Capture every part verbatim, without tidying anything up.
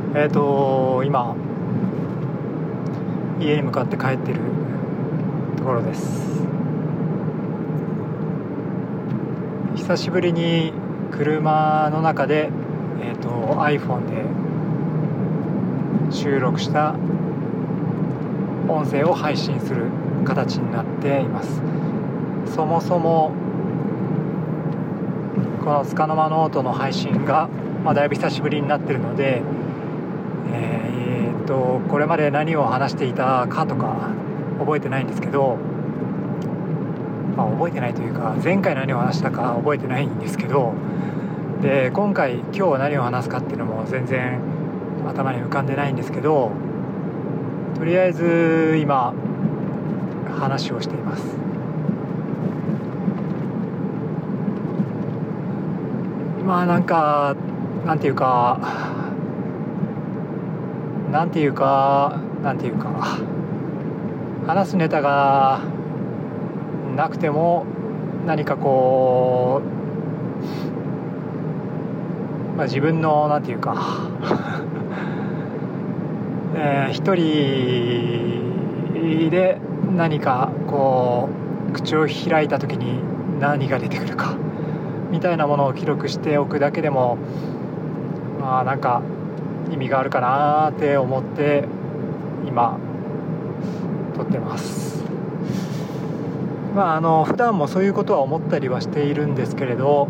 えっと今家に向かって帰ってるところです。久しぶりに車の中で、えっと iPhone で収録した音声を配信する形になっています。そもそもこのつかの間ノートの配信が、まあ、だいぶ久しぶりになっているので、えー、っとこれまで何を話していたかとか覚えてないんですけど、まあ、覚えてないというか前回何を話したか覚えてないんですけど、で今回今日何を話すかっていうのも全然頭に浮かんでないんですけど、とりあえず今話をしています。まあなんかなんていうかなんていうかなんていうか話すネタがなくても何かこう、まあ、自分のなんていうか、えー、一人で何かこう口を開いた時に何が出てくるかみたいなものを記録しておくだけでも、まあなんか意味があるかなって思って今撮ってます。まああの普段もそういうことは思ったりはしているんですけれど、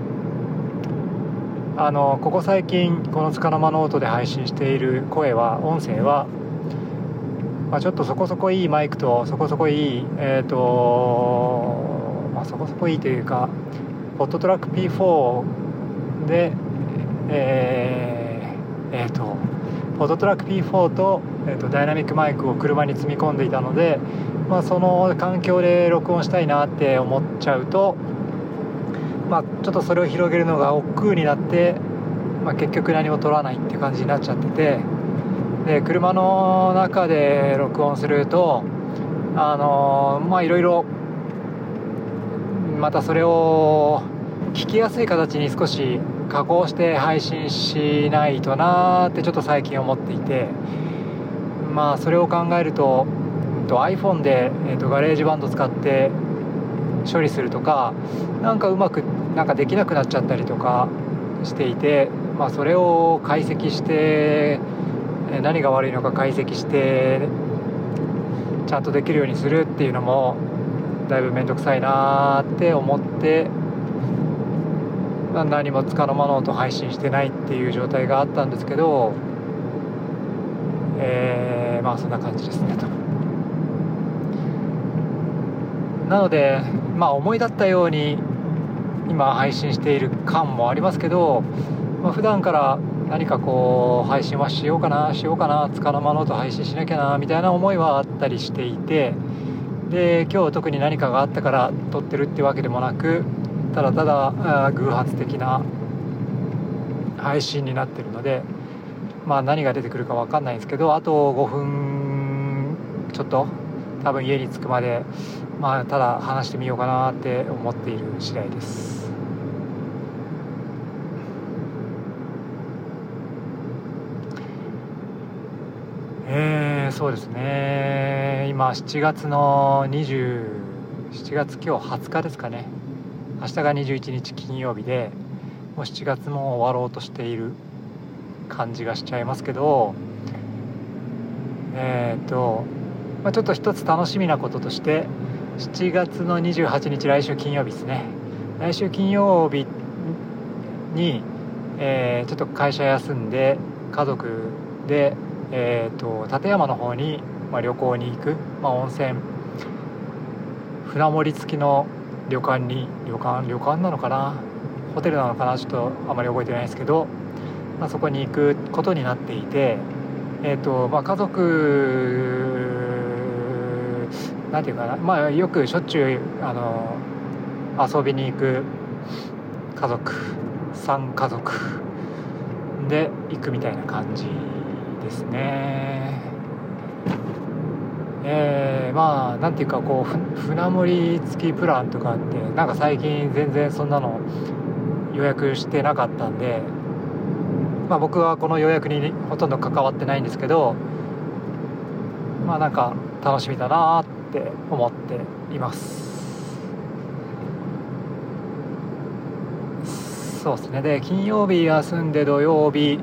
あのここ最近このつかの間ノートで配信している声は音声は、まあ、ちょっとそこそこいいマイクとそこそこいいえっとまあそこそこいいというかポッドトラック ピーフォー でえー、えーとポッドトラック ピーフォー と、えーとダイナミックマイクを車に積み込んでいたので、まあ、その環境で録音したいなって思っちゃうと、まあ、ちょっとそれを広げるのが億劫になって、まあ、結局何も撮らないっていう感じになっちゃってて、で車の中で録音するとあのー、まあいろいろまたそれを聞きやすい形に少し加工して配信しないとなーってちょっと最近思っていて、まあそれを考えると、うん、と iPhone で、えー、とガレージバンド使って処理するとかなんかうまくなんかできなくなっちゃったりとかしていて、まあそれを解析して何が悪いのか解析してちゃんとできるようにするっていうのもだいぶめんどくさいなって思って何もつかの間ノート配信してないっていう状態があったんですけど、えー、まあそんな感じですねと。なのでまあ思い立ったように今配信している感もありますけど、まあ、普段から何かこう配信はしようかなしようかなつかの間ノート配信しなきゃなみたいな思いはあったりしていて、で今日特に何かがあったから撮ってるってわけでもなく、ただただ偶発的な配信になってるので、まあ何が出てくるか分かんないんですけど、あとごふんちょっと多分家に着くまでまあただ話してみようかなって思っている次第です。えー、そうですね、今しちがつのにじゅうしちがつ今日はつかですかね。明日がにじゅういちにち金曜日で、もうしちがつも終わろうとしている感じがしちゃいますけど、えーと、まあ、ちょっと一つ楽しみなこととしてしちがつのにじゅうはちにち来週金曜日ですね。来週金曜日に、えー、ちょっと会社休んで家族でえー、と立山の方に、まあ、旅行に行く、まあ、温泉船盛り付きの旅館に旅館旅館なのかなホテルなのかなちょっとあまり覚えてないですけど、まあ、そこに行くことになっていて、えーとまあ、家族なんていうかな、まあ、よくしょっちゅうあの遊びに行く家族さん家族で行くみたいな感じですね。えー、まあなんていうかこう船盛り付きプランとかってなんか最近全然そんなの予約してなかったんで、 まあ、僕はこの予約にほとんど関わってないんですけど、まあなんか楽しみだなって思っています。そうですね。で金曜日休んで土曜日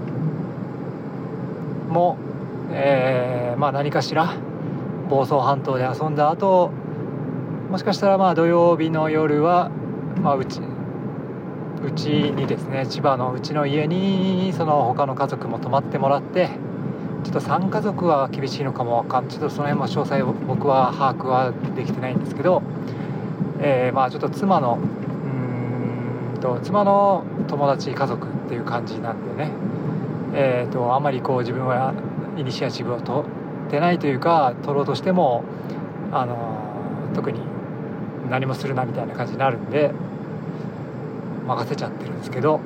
も、えーまあ、何かしら房総半島で遊んだ後、もしかしたらまあ土曜日の夜は、まあ、うちうちにですね、千葉のうちの家にその他の家族も泊まってもらって、ちょっとさん家族は厳しいのかもわかんちょっとその辺も詳細を僕は把握はできてないんですけど、えー、まあちょっと妻のうーんと妻の友達家族っていう感じなんでね、えー、とあんまりこう自分はイニシアチブを取ってないというか、取ろうとしてもあの特に何もするなみたいな感じになるんで任せちゃってるんですけど、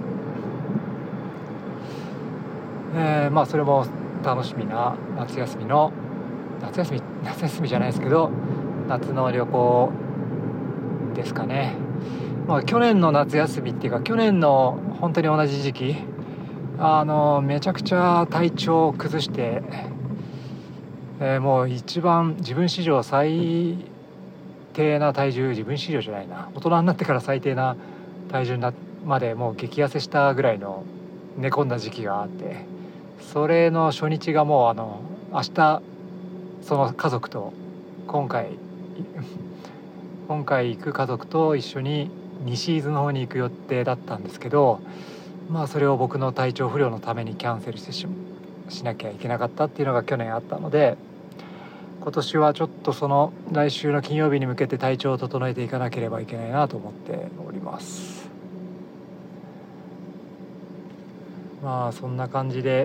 えー、まあそれも楽しみな夏休みの夏休み夏休みじゃないですけど夏の旅行ですかね。まあ、去年の夏休みっていうか去年の本当に同じ時期、あのめちゃくちゃ体調を崩して、えー、もう一番自分史上最低な体重自分史上じゃないな大人になってから最低な体重になまでもう激痩せしたぐらいの寝込んだ時期があって、それの初日がもうあの明日その家族と今回今回行く家族と一緒に西伊豆の方に行く予定だったんですけど、まあそれを僕の体調不良のためにキャンセルしてししなきゃいけなかったっていうのが去年あったので、今年はちょっとその来週の金曜日に向けて体調を整えていかなければいけないなと思っております。まあそんな感じで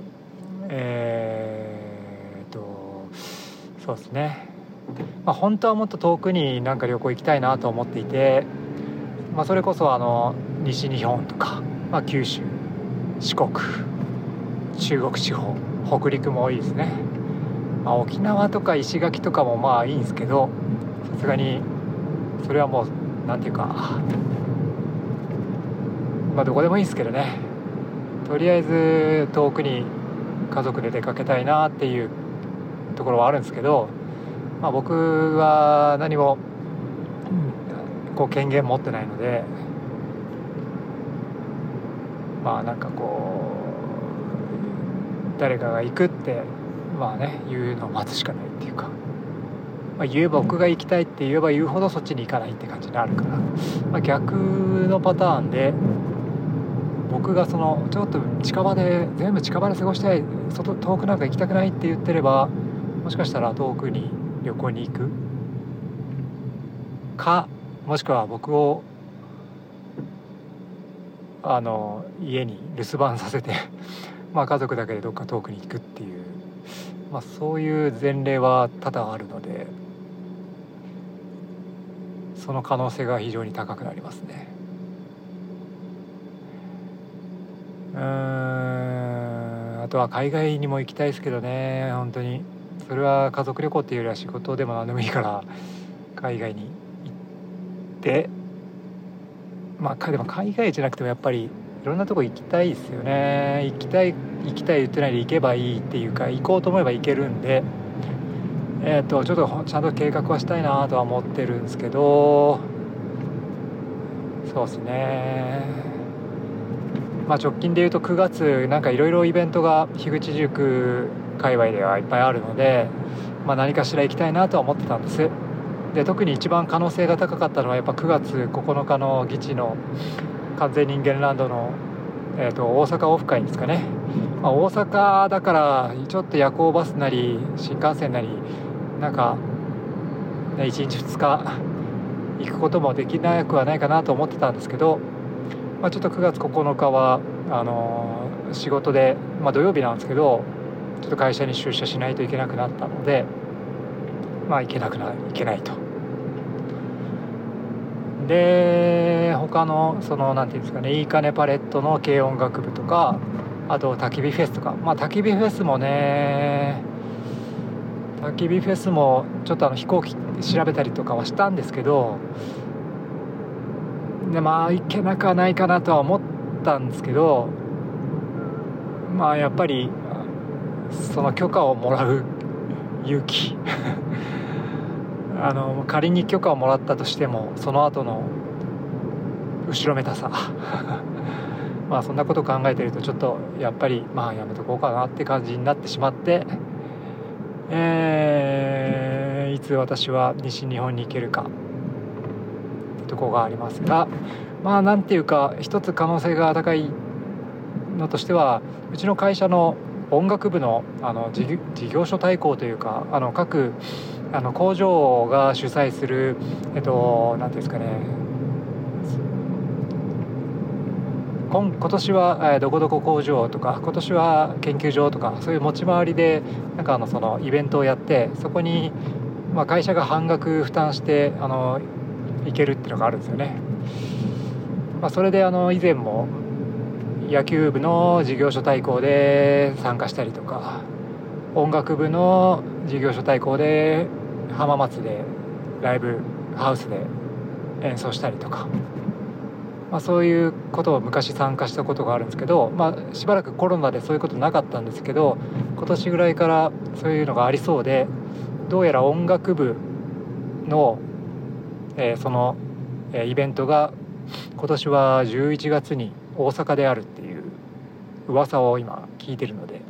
えー、っとそうですね、まあ、本当はもっと遠くになんか旅行行きたいなと思っていて、まあ、それこそあの西日本とか、まあ、九州、四国、中国地方、北陸も多いですね。まあ、沖縄とか石垣とかもまあいいんですけど、さすがにそれはもうなんていうか、まあどこでもいいんですけどね、とりあえず遠くに家族で出かけたいなっていうところはあるんですけど、まあ、僕は何もこう権限持ってないので、まあなんかこう誰かが行くってまあね言うのを待つしかないっていうか、まあ、言えば僕が行きたいって言えば言うほどそっちに行かないって感じになるから、まあ、逆のパターンで僕がそのちょっと近場で全部近場で過ごしたい、外遠くなんか行きたくないって言ってれば、もしかしたら遠くに旅行に行くか、もしくは僕をあの家に留守番させてまあ家族だけでどっか遠くに行くっていう、まあ、そういう前例は多々あるので、その可能性が非常に高くなりますね。うーんあとは海外にも行きたいですけどね。本当にそれは家族旅行っていうよりは仕事でも何でもいいから海外に行って、まあでも海外じゃなくてもやっぱりいろんなとこ行きたいですよね。行きたい行きたい言ってないで行けばいいっていうか、行こうと思えば行けるんで、えっとちょっとちゃんと計画はしたいなとは思ってるんですけど、そうですね。まあ直近でいうとくがつなんかいろいろイベントが樋口塾界隈ではいっぱいあるので、まあ、何かしら行きたいなとは思ってたんです。で特に一番可能性が高かったのはやっぱくがつここのかの議地の完全人間ランドの、えー、と大阪オフ会ですかね。まあ、大阪だからちょっと夜行バスなり新幹線なりなんか、ね、いちにちふつか行くこともできなくはないかなと思ってたんですけど、まあ、ちょっとくがつここのかはあのー、仕事で、まあ、土曜日なんですけどちょっと会社に出社しないといけなくなったので、まあ行けなくないいけないと。で他のそのなんていうんですかね、いいかねパレットの軽音楽部とか、あと焚き火フェスとか、まあ焚き火フェスもね焚き火フェスもちょっとあの飛行機調べたりとかはしたんですけど、でまあ行けなくはないかなとは思ったんですけど、 まあやっぱりその許可をもらう勇気あの仮に許可をもらったとしてもその後の後ろめたさまあそんなことを考えてるとちょっとやっぱりまあやめとこうかなって感じになってしまって、えー、いつ私は西日本に行けるかってとこがありますが、まあなんていうか一つ可能性が高いのとしては、うちの会社の音楽部のあの事業所対抗というか、あの各あの工場が主催するえっとなんていうんですかね、今, 今年は、えー、どこどこ工場とか今年は研究所とかそういう持ち回りでなんかあのそのイベントをやって、そこに、まあ、会社が半額負担してあの行けるっていうのがあるんですよね。まあ、それであの以前も野球部の事業所対抗で参加したりとか、音楽部の事業所対抗で浜松でライブハウスで演奏したりとか、まあ、そういうことを昔参加したことがあるんですけど、まあ、しばらくコロナでそういうことなかったんですけど、今年ぐらいからそういうのがありそうで、どうやら音楽部の、えー、その、えー、イベントが今年はじゅういちがつに大阪であるっていう噂を今聞いてるので、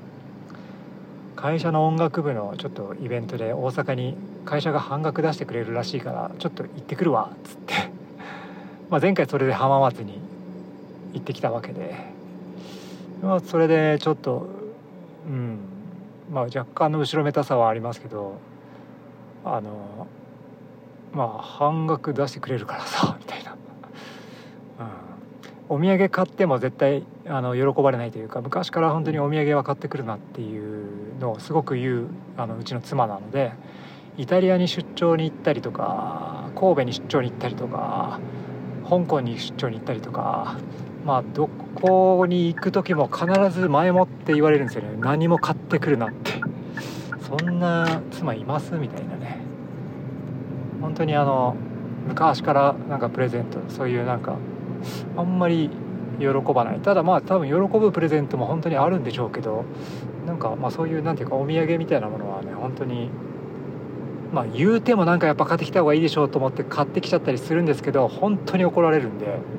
会社の音楽部のちょっとイベントで大阪に会社が半額出してくれるらしいからちょっと行ってくるわっつってまあ前回それで浜松に行ってきたわけで、まあ、それでちょっとうんまあ若干の後ろめたさはありますけど、あのまあ半額出してくれるからさみたいな、うん、お土産買っても絶対あの喜ばれないというか、昔から本当にお土産は買ってくるなっていうのをすごく言うあのうちの妻なので、イタリアに出張に行ったりとか神戸に出張に行ったりとか香港に出張に行ったりとか、まあどこに行く時も必ず前もって言われるんですよね。何も買ってくるなって、そんな妻いますみたいなね。本当にあの昔からなんかプレゼントそういうなんかあんまり喜ばない。ただまあ多分喜ぶプレゼントも本当にあるんでしょうけど、なんかまあそういうなんていうかお土産みたいなものはね、本当にまあ言うてもなんかやっぱ買ってきた方がいいでしょうと思って買ってきちゃったりするんですけど、本当に怒られるんで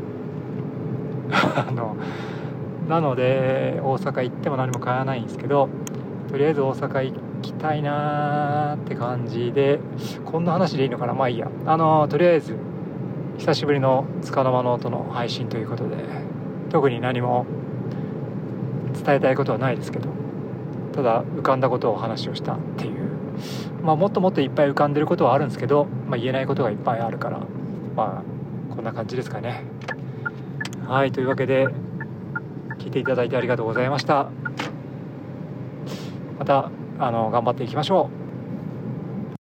あのなので大阪行っても何も買わないんですけど、とりあえず大阪行きたいなーって感じで、こんな話でいいのかな、まあいいや。あのとりあえず久しぶりの束の間の音の配信ということで、特に何も伝えたいことはないですけど、ただ浮かんだことを話をしたっていう、まあもっともっといっぱい浮かんでることはあるんですけど、まあ、言えないことがいっぱいあるから、まあこんな感じですかね。はい、というわけで聞いていただいてありがとうございました。またあの頑張っていきましょう。